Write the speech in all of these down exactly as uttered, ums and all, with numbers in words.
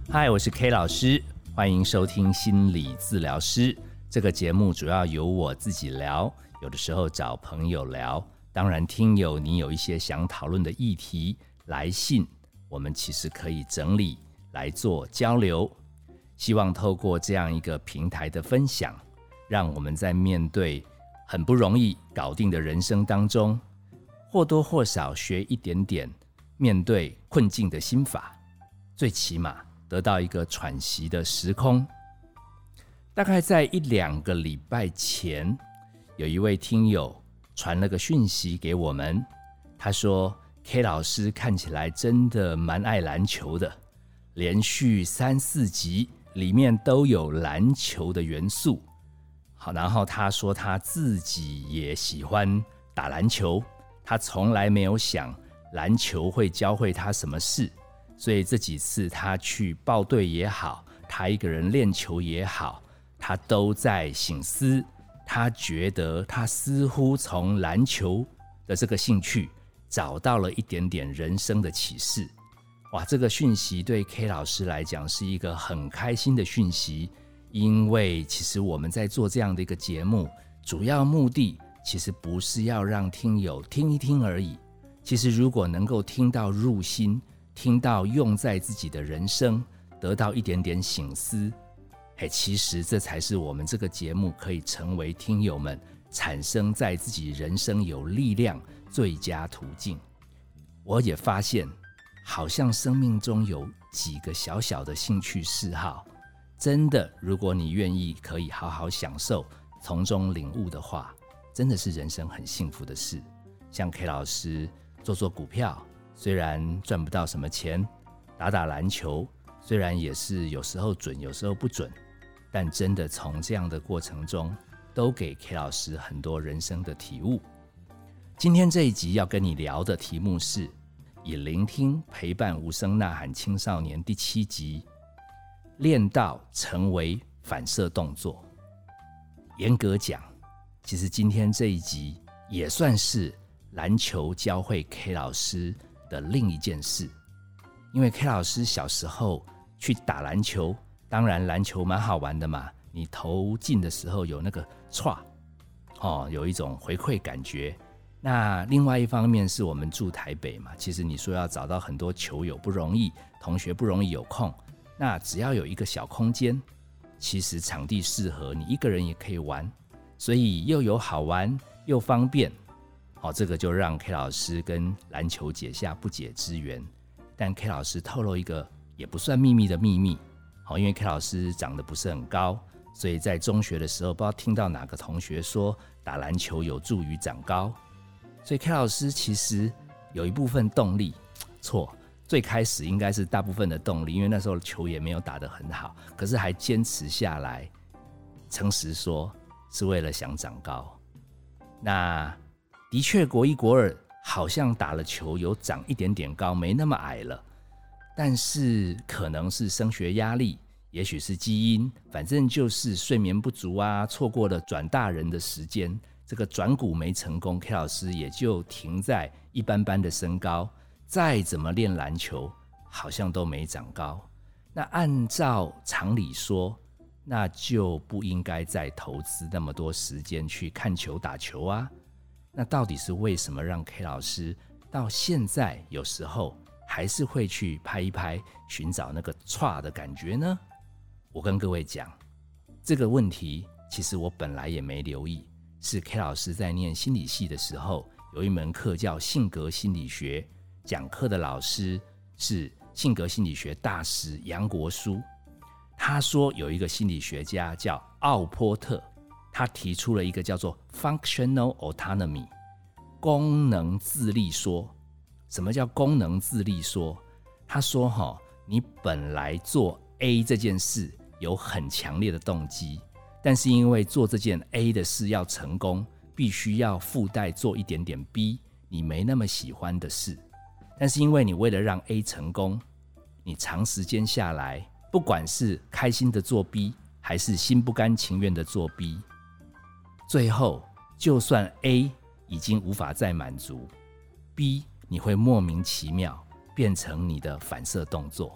嗨，我是 K 老师，欢迎收听心理治疗师。这个节目主要由我自己聊，有的时候找朋友聊。当然，听友你有一些想讨论的议题，来信我们其实可以整理来做交流。希望透过这样一个平台的分享，让我们在面对很不容易搞定的人生当中，或多或少学一点点面对困境的心法，最起码得到一个喘息的时空。大概在一两个礼拜前，有一位听友传了个讯息给我们，他说 K 老师看起来真的蛮爱篮球的，连续三四集里面都有篮球的元素。好，然后他说他自己也喜欢打篮球，他从来没有想篮球会教会他什么事，所以这几次他去报队也好，他一个人练球也好，他都在省思，他觉得他似乎从篮球的这个兴趣找到了一点点人生的启示。哇，这个讯息对 K 老师来讲是一个很开心的讯息，因为其实我们在做这样的一个节目，主要目的其实不是要让听友听一听而已，其实如果能够听到入心，听到用在自己的人生，得到一点点省思，其实这才是我们这个节目可以成为听友们产生在自己人生有力量最佳途径。我也发现好像生命中有几个小小的兴趣嗜好，真的如果你愿意可以好好享受，从中领悟的话，真的是人生很幸福的事。像 K 老师做做股票，虽然赚不到什么钱，打打篮球，虽然也是有时候准有时候不准，但真的从这样的过程中都给 K 老师很多人生的体悟。今天这一集要跟你聊的题目是以聆听陪伴无声呐喊青少年第七集，练到成为反射动作。严格讲，其实今天这一集也算是篮球教会 K 老师的另一件事。因为 K 老师小时候去打篮球，当然篮球蛮好玩的嘛，你投进的时候有那个唰、哦、有一种回馈感觉。那另外一方面是我们住台北嘛，其实你说要找到很多球友不容易，同学不容易有空，那只要有一个小空间，其实场地适合你一个人也可以玩，所以又有好玩又方便、哦、这个就让 K 老师跟篮球结下不解之缘。但 K 老师透露一个也不算秘密的秘密，因为 K 老师长得不是很高，所以在中学的时候不知道听到哪个同学说打篮球有助于长高，所以 K 老师其实有一部分动力，错，最开始应该是大部分的动力，因为那时候球也没有打得很好，可是还坚持下来，诚实说是为了想长高。那的确国一国二好像打了球有长一点点高，没那么矮了，但是可能是升学压力，也许是基因，反正就是睡眠不足啊，错过了转大人的时间，这个转骨没成功， K 老师也就停在一般般的身高，再怎么练篮球好像都没长高。那按照常理说，那就不应该再投资那么多时间去看球打球啊。那到底是为什么让 K 老师到现在有时候还是会去拍一拍，寻找那个唰的感觉呢？我跟各位讲，这个问题其实我本来也没留意，是 K 老师在念心理系的时候，有一门课叫性格心理学，讲课的老师是性格心理学大师杨国书。他说有一个心理学家叫奥波特，他提出了一个叫做 functional autonomy 功能自立说。什么叫功能自立说？他说、哦、你本来做 A 这件事有很强烈的动机，但是因为做这件 A 的事要成功，必须要附带做一点点 B 你没那么喜欢的事，但是因为你为了让 A 成功，你长时间下来，不管是开心的做 B 还是心不甘情愿的做 B， 最后就算 A 已经无法再满足， B 你会莫名其妙变成你的反射动作，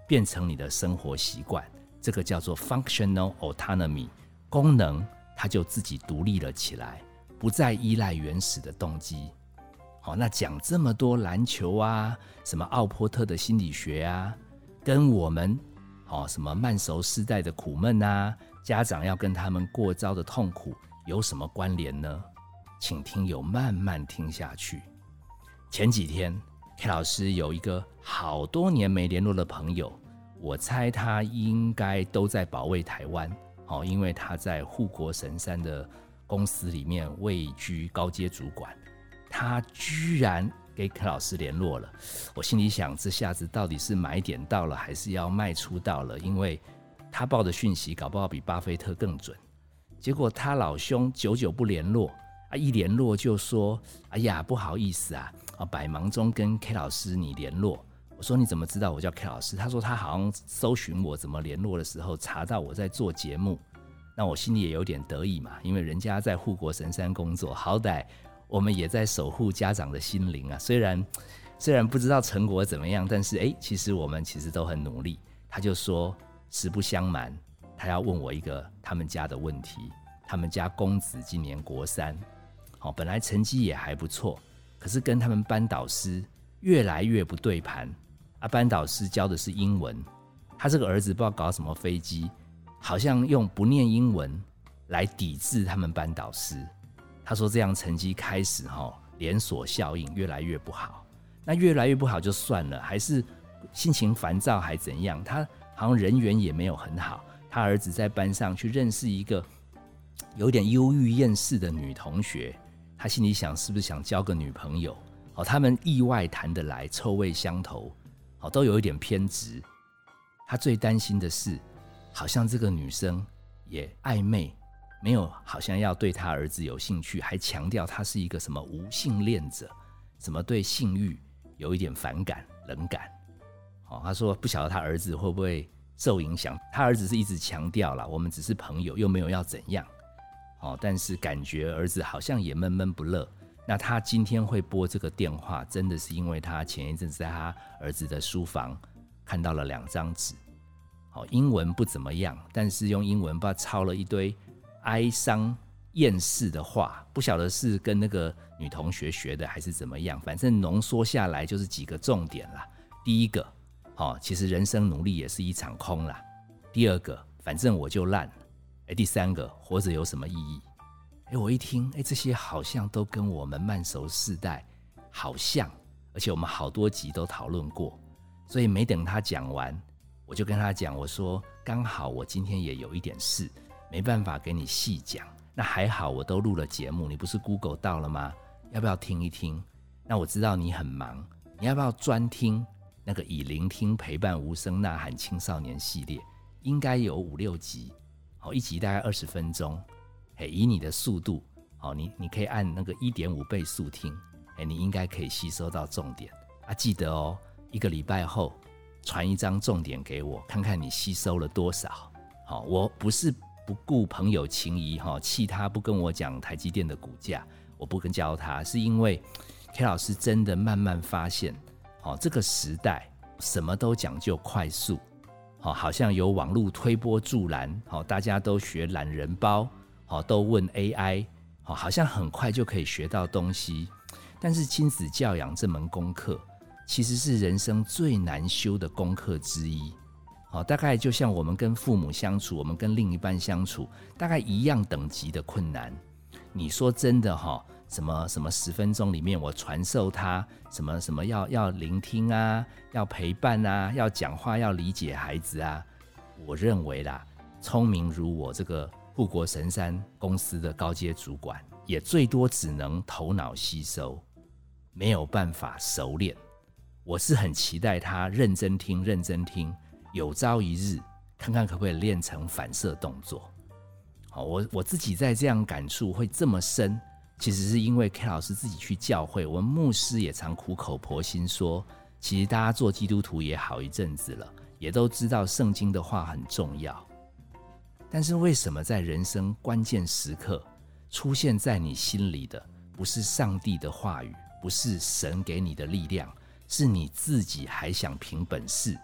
变成你的生活习惯，这个叫做 functional autonomy， 功能它就自己独立了起来，不再依赖原始的动机。好，那讲这么多篮球啊，什么奥波特的心理学啊，跟我们哦什么慢熟世代的苦闷啊，家长要跟他们过招的痛苦有什么关联呢？请听友慢慢听下去。前几天 K 老师有一个好多年没联络的朋友，我猜他应该都在保卫台湾，哦，因为他在护国神山的公司里面位居高阶主管，他居然给 K 老师联络了。我心里想，这下子到底是买点到了还是要卖出到了？因为他报的讯息搞不好比巴菲特更准。结果他老兄久久不联络啊，一联络就说：“哎呀，不好意思啊，啊百忙中跟 K 老师你联络。”我说：“你怎么知道我叫 K 老师？”他说：“他好像搜寻我怎么联络的时候，查到我在做节目。”那我心里也有点得意嘛，因为人家在护国神山工作，好歹我们也在守护家长的心灵啊。虽然虽然不知道成果怎么样，但是哎，其实我们其实都很努力。他就说，实不相瞒，他要问我一个他们家的问题。他们家公子今年国三，好，本来成绩也还不错，可是跟他们班导师越来越不对盘啊。班导师教的是英文，他这个儿子不知道搞什么飞机，好像用不念英文来抵制他们班导师。他说这样成绩开始连锁效应越来越不好。那越来越不好就算了，还是心情烦躁还怎样，他好像人缘也没有很好。他儿子在班上去认识一个有点忧郁厌世的女同学，他心里想是不是想交个女朋友。好，他们意外谈得来，臭味相投，好，都有一点偏执。他最担心的是，好像这个女生也暧昧，没有好像要对他儿子有兴趣，还强调他是一个什么无性恋者，什么对性欲有一点反感冷感。好，他说不晓得他儿子会不会受影响。他儿子是一直强调啦，我们只是朋友，又没有要怎样。哦，但是感觉儿子好像也闷闷不乐。那他今天会拨这个电话，真的是因为他前一阵子在他儿子的书房看到了两张纸，哦，英文不怎么样，但是用英文不知道抄了一堆哀伤厌世的话，不晓得是跟那个女同学学的还是怎么样，反正浓缩下来就是几个重点啦。第一个，哦，其实人生努力也是一场空啦。第二个，反正我就烂了。欸、第三个，活着有什么意义？欸、我一听，欸、这些好像都跟我们慢熟世代好像，而且我们好多集都讨论过，所以没等他讲完，我就跟他讲，我说刚好我今天也有一点事，没办法给你细讲。那还好，我都录了节目，你不是 Google 到了吗？要不要听一听？那我知道你很忙，你要不要专听那个以聆听陪伴无声呐喊青少年系列？应该有五六集。一集大概二十分钟，以你的速度，你, 你可以按那个 一点五 倍速听，你应该可以吸收到重点啊！记得哦，一个礼拜后传一张重点给我，看看你吸收了多少。我不是不顾朋友情谊，气他不跟我讲台积电的股价，我不跟教他，是因为 K 老师真的慢慢发现，这个时代什么都讲究快速。好像有网络推波助澜，大家都学懒人包，都问 A I， 好像很快就可以学到东西。但是亲子教养这门功课其实是人生最难修的功课之一。大概就像我们跟父母相处，我们跟另一半相处，大概一样等级的困难。你说真的，什么什么十分钟里面我传授他什么什么要要聆听啊，要陪伴啊，要讲话，要理解孩子啊。我认为啦，聪明如我这个护国神山公司的高阶主管，也最多只能头脑吸收，没有办法熟练。我是很期待他认真听认真听，有朝一日看看可不可以练成反射动作。我, 我自己在这样感触会这么深，其实是因为 K 老师自己去教会，我们牧师也常苦口婆心说，其实大家做基督徒也好一阵子了，也都知道圣经的话很重要。但是为什么在人生关键时刻出现在你心里的不是上帝的话语，不是神给你的力量，是你自己还想凭本事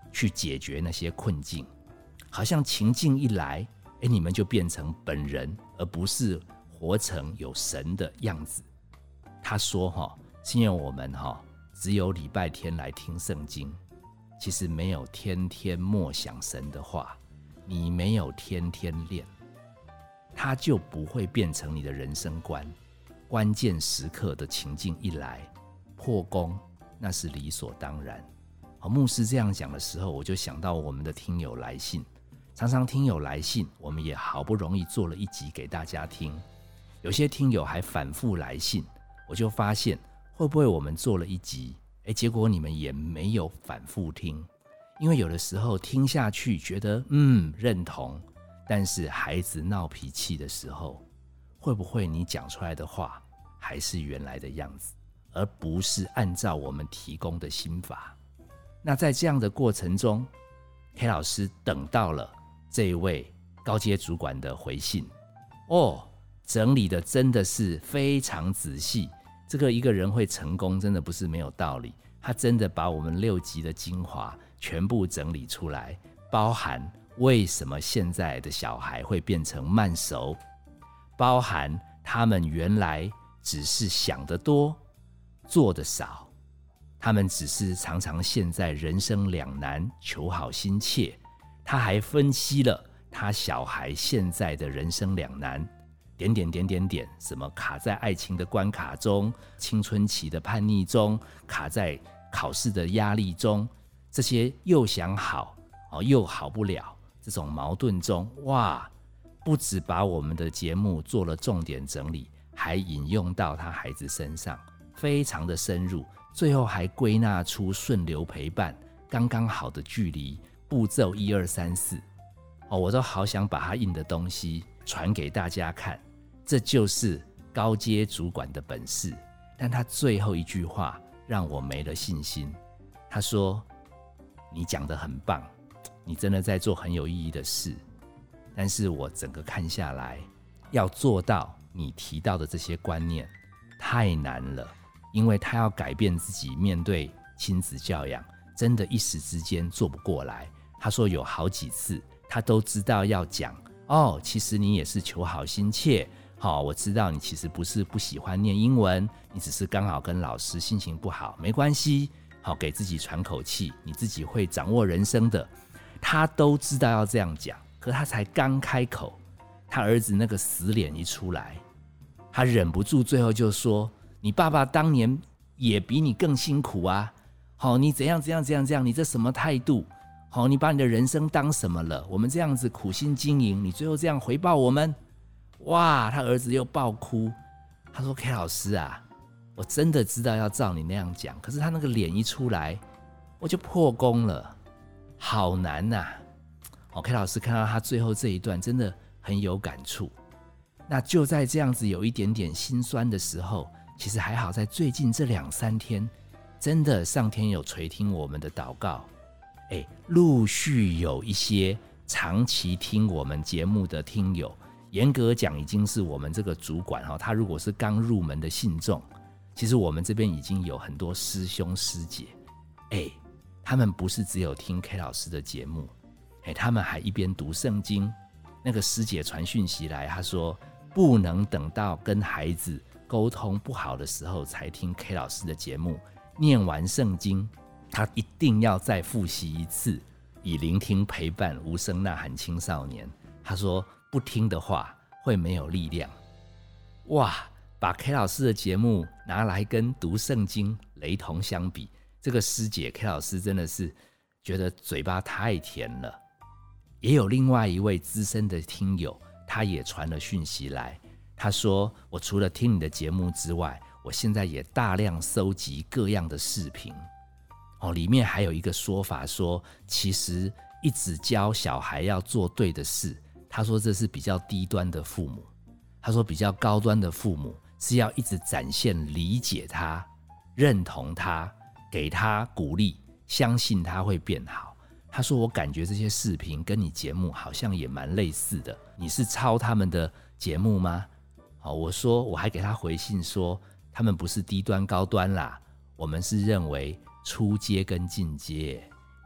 去解决那些困境，好像情境一来，哎，你们就变成本人，而不是活成有神的样子。他说哈，是因为我们哈只有礼拜天来听圣经，其实没有天天默想神的话，你没有天天练，它就不会变成你的人生观。关键时刻的情境一来，破功那是理所当然。牧师这样讲的时候，我就想到我们的听友来信，常常听友来信，我们也好不容易做了一集给大家听，有些听友还反复来信，我就发现会不会我们做了一集，诶，结果你们也没有反复听，因为有的时候听下去觉得嗯认同，但是孩子闹脾气的时候，会不会你讲出来的话还是原来的样子，而不是按照我们提供的心法。那在这样的过程中， K 老师等到了这一位高阶主管的回信，哦，整理的真的是非常仔细。这个一个人会成功真的不是没有道理，他真的把我们六集的精华全部整理出来，包含为什么现在的小孩会变成慢熟，包含他们原来只是想得多做得少，他们只是常常陷在人生两难，求好心切。他还分析了他小孩现在的人生两难，点点点点点，什么卡在爱情的关卡中，青春期的叛逆中，卡在考试的压力中，这些又想好又好不了，这种矛盾中，哇，不只把我们的节目做了重点整理，还引用到他孩子身上，非常的深入，最后还归纳出顺流陪伴刚刚好的距离，步骤一二三四，我都好想把他印的东西传给大家看。这就是高阶主管的本事。但他最后一句话让我没了信心，他说，你讲得很棒，你真的在做很有意义的事，但是我整个看下来，要做到你提到的这些观念太难了，因为他要改变自己面对亲子教养，真的一时之间做不过来。他说有好几次他都知道要讲，哦，其实你也是求好心切，好，我知道你其实不是不喜欢念英文，你只是刚好跟老师心情不好，没关系，好，给自己喘口气，你自己会掌握人生的。他都知道要这样讲，可他才刚开口，他儿子那个死脸一出来，他忍不住最后就说，你爸爸当年也比你更辛苦啊，好，你怎样怎样怎样怎样，你这什么态度，好，你把你的人生当什么了，我们这样子苦心经营，你最后这样回报我们。哇，他儿子又爆哭，他说 K 老师啊，我真的知道要照你那样讲，可是他那个脸一出来，我就破功了，好难啊。哦 K 老师看到他最后这一段真的很有感触。那就在这样子有一点点心酸的时候，其实还好在最近这两三天，真的上天有垂听我们的祷告，哎，陆续有一些长期听我们节目的听友，严格讲已经是我们这个主管，他如果是刚入门的信众，其实我们这边已经有很多师兄师姐，哎，他们不是只有听 K 老师的节目，哎，他们还一边读圣经。那个师姐传讯息来，她说不能等到跟孩子沟通不好的时候才听 K 老师的节目，念完圣经他一定要再复习一次，以聆听陪伴无声呐喊青少年。他说不听的话会没有力量。哇，把 K 老师的节目拿来跟读圣经雷同相比，这个师姐 K 老师真的是觉得嘴巴太甜了。也有另外一位资深的听友，他也传了讯息来，他说我除了听你的节目之外，我现在也大量搜集各样的视频，哦，里面还有一个说法说，其实一直教小孩要做对的事，他说这是比较低端的父母，他说比较高端的父母是要一直展现理解他，认同他，给他鼓励，相信他会变好。他说我感觉这些视频跟你节目好像也蛮类似的，你是抄他们的节目吗？好，我说我还给他回信说，他们不是低端高端啦，我们是认为初阶跟进阶，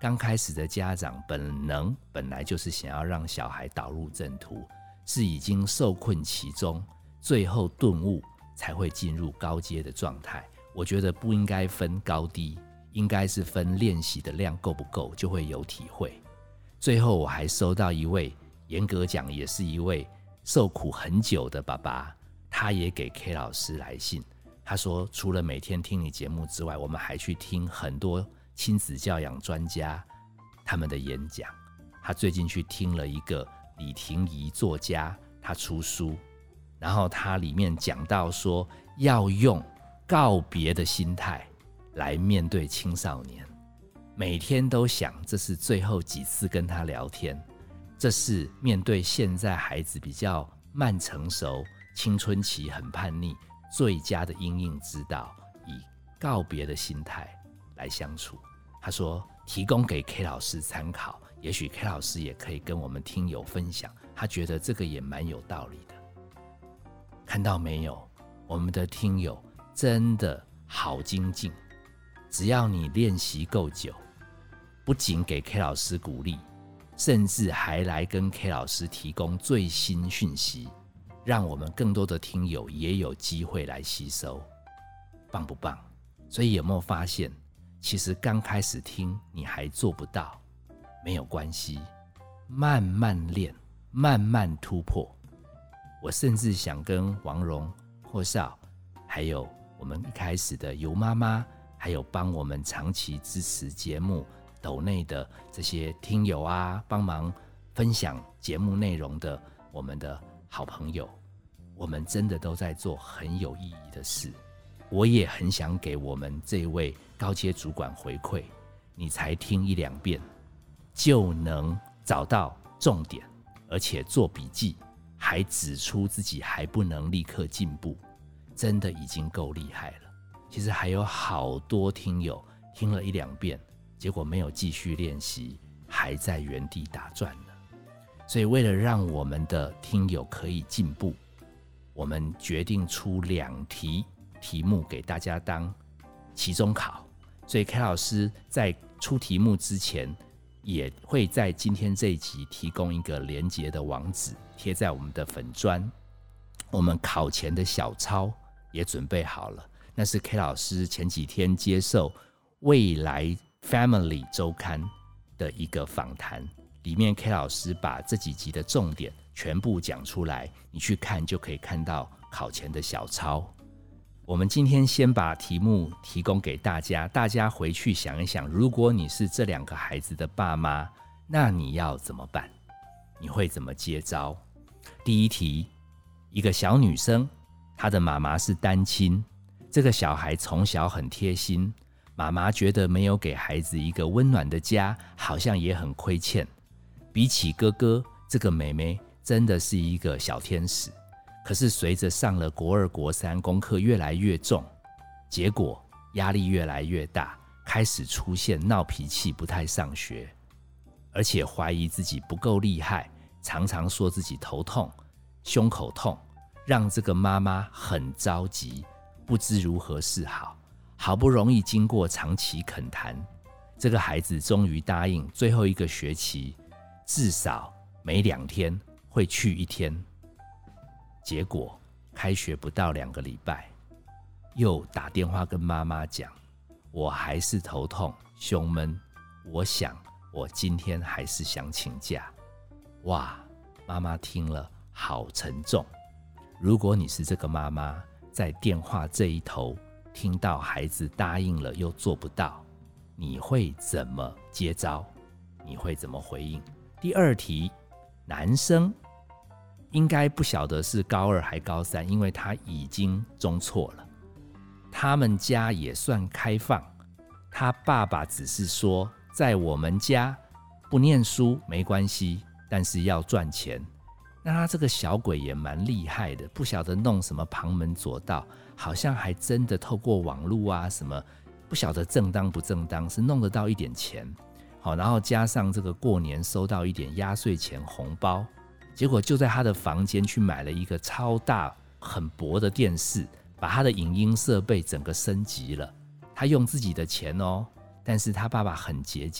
刚开始的家长本能本来就是想要让小孩导入正途，是已经受困其中，最后顿悟才会进入高阶的状态。我觉得不应该分高低，应该是分练习的量够不够，就会有体会。最后我还收到一位，严格讲也是一位受苦很久的爸爸，他也给 K 老师来信，他说除了每天听你节目之外，我们还去听很多亲子教养专家他们的演讲。他最近去听了一个李婷宜作家，他出书，然后他里面讲到说要用告别的心态来面对青少年，每天都想这是最后几次跟他聊天，这是面对现在孩子比较慢成熟，青春期很叛逆，最佳的因应之道，以告别的心态来相处。他说提供给 K 老师参考，也许 K 老师也可以跟我们听友分享，他觉得这个也蛮有道理的。看到没有，我们的听友真的好精进，只要你练习够久，不仅给 K 老师鼓励，甚至还来跟 K 老师提供最新讯息，让我们更多的听友也有机会来吸收，棒不棒？所以有没有发现，其实刚开始听你还做不到，没有关系，慢慢练，慢慢突破。我甚至想跟王蓉、霍少，还有我们一开始的尤妈妈，还有帮我们长期支持节目抖内的这些听友啊，帮忙分享节目内容的我们的好朋友，我们真的都在做很有意义的事。我也很想给我们这位高阶主管回馈，你才听一两遍就能找到重点，而且做笔记，还指出自己还不能立刻进步，真的已经够厉害了。其实还有好多听友听了一两遍，结果没有继续练习，还在原地打转呢。所以为了让我们的听友可以进步，我们决定出两题题目给大家当期中考。所以 K 老师在出题目之前，也会在今天这一集提供一个连结的网址，贴在我们的粉专。我们考前的小抄也准备好了，那是 K 老师前几天接受未来 Family 周刊的一个访谈，里面 K 老师把这几集的重点全部讲出来，你去看就可以看到考前的小抄。我们今天先把题目提供给大家，大家回去想一想，如果你是这两个孩子的爸妈，那你要怎么办？你会怎么接招？第一题，一个小女生，她的妈妈是单亲，这个小孩从小很贴心，妈妈觉得没有给孩子一个温暖的家，好像也很亏欠。比起哥哥，这个妹妹真的是一个小天使。可是随着上了国二国三，功课越来越重，结果压力越来越大，开始出现闹脾气，不太上学，而且怀疑自己不够厉害，常常说自己头痛、胸口痛，让这个妈妈很着急，不知如何是好。好不容易经过长期恳谈，这个孩子终于答应最后一个学期至少每两天会去一天。结果开学不到两个礼拜，又打电话跟妈妈讲，我还是头痛胸闷，我想我今天还是想请假。哇，妈妈听了好沉重。如果你是这个妈妈，在电话这一头听到孩子答应了又做不到，你会怎么接招？你会怎么回应？第二题，男生应该不晓得是高二还高三，因为他已经中辍了。他们家也算开放，他爸爸只是说在我们家不念书没关系，但是要赚钱。那他这个小鬼也蛮厉害的，不晓得弄什么旁门左道，好像还真的透过网络啊什么，不晓得正当不正当，是弄得到一点钱。好，然后加上这个过年收到一点压岁钱红包，结果就在他的房间去买了一个超大很薄的电视，把他的影音设备整个升级了。他用自己的钱哦，但是他爸爸很节俭，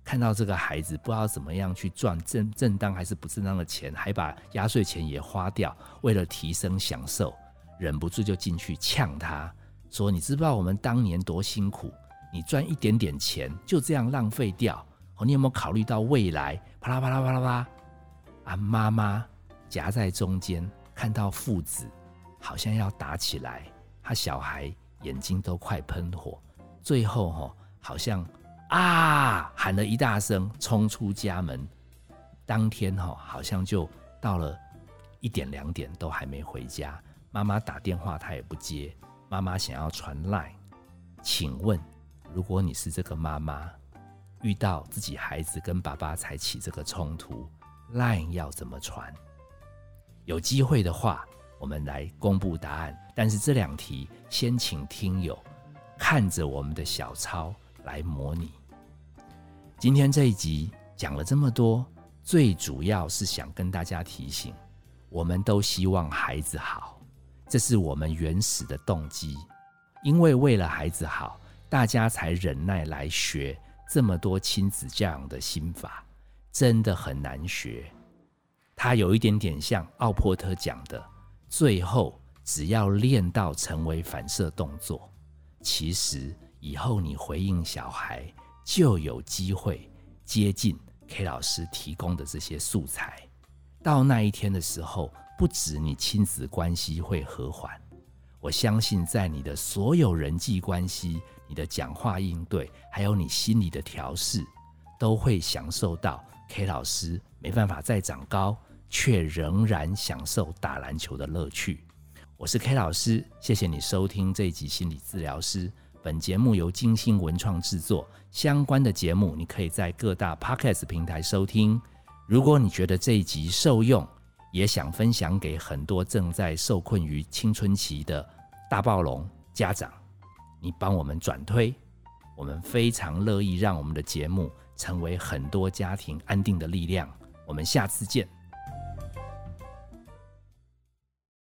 看到这个孩子不知道怎么样去赚正正当还是不正当的钱，还把压岁钱也花掉，为了提升享受，忍不住就进去呛他，说你知不知道我们当年多辛苦，你赚一点点钱就这样浪费掉，哦，你有没有考虑到未来？啪啦啪啦啪啦啪啦啊！妈妈夹在中间，看到父子好像要打起来，他小孩眼睛都快喷火，最后、哦、好像啊喊了一大声，冲出家门。当天、哦、好像就到了一点两点都还没回家，妈妈打电话他也不接，妈妈想要传 LINE， 请问如果你是这个妈妈，遇到自己孩子跟爸爸才起这个冲突， LINE 要怎么传？有机会的话我们来公布答案，但是这两题先请听友看着我们的小抄来模拟。今天这一集讲了这么多，最主要是想跟大家提醒，我们都希望孩子好，这是我们原始的动机，因为为了孩子好，大家才忍耐来学这么多亲子教养的心法，真的很难学。它有一点点像奥波特讲的，最后只要练到成为反射动作，其实以后你回应小孩就有机会接近 K 老师提供的这些素材。到那一天的时候，不止你亲子关系会和缓，我相信在你的所有人际关系，你的讲话应对，还有你心理的调试，都会享受到 K 老师没办法再长高，却仍然享受打篮球的乐趣。我是 K 老师，谢谢你收听这一集心理治疗师。本节目由金星文创制作，相关的节目你可以在各大 Podcast 平台收听。如果你觉得这一集受用，也想分享给很多正在受困于青春期的大暴龙家长，你帮我们转推，我们非常乐意让我们的节目成为很多家庭安定的力量。我们下次见。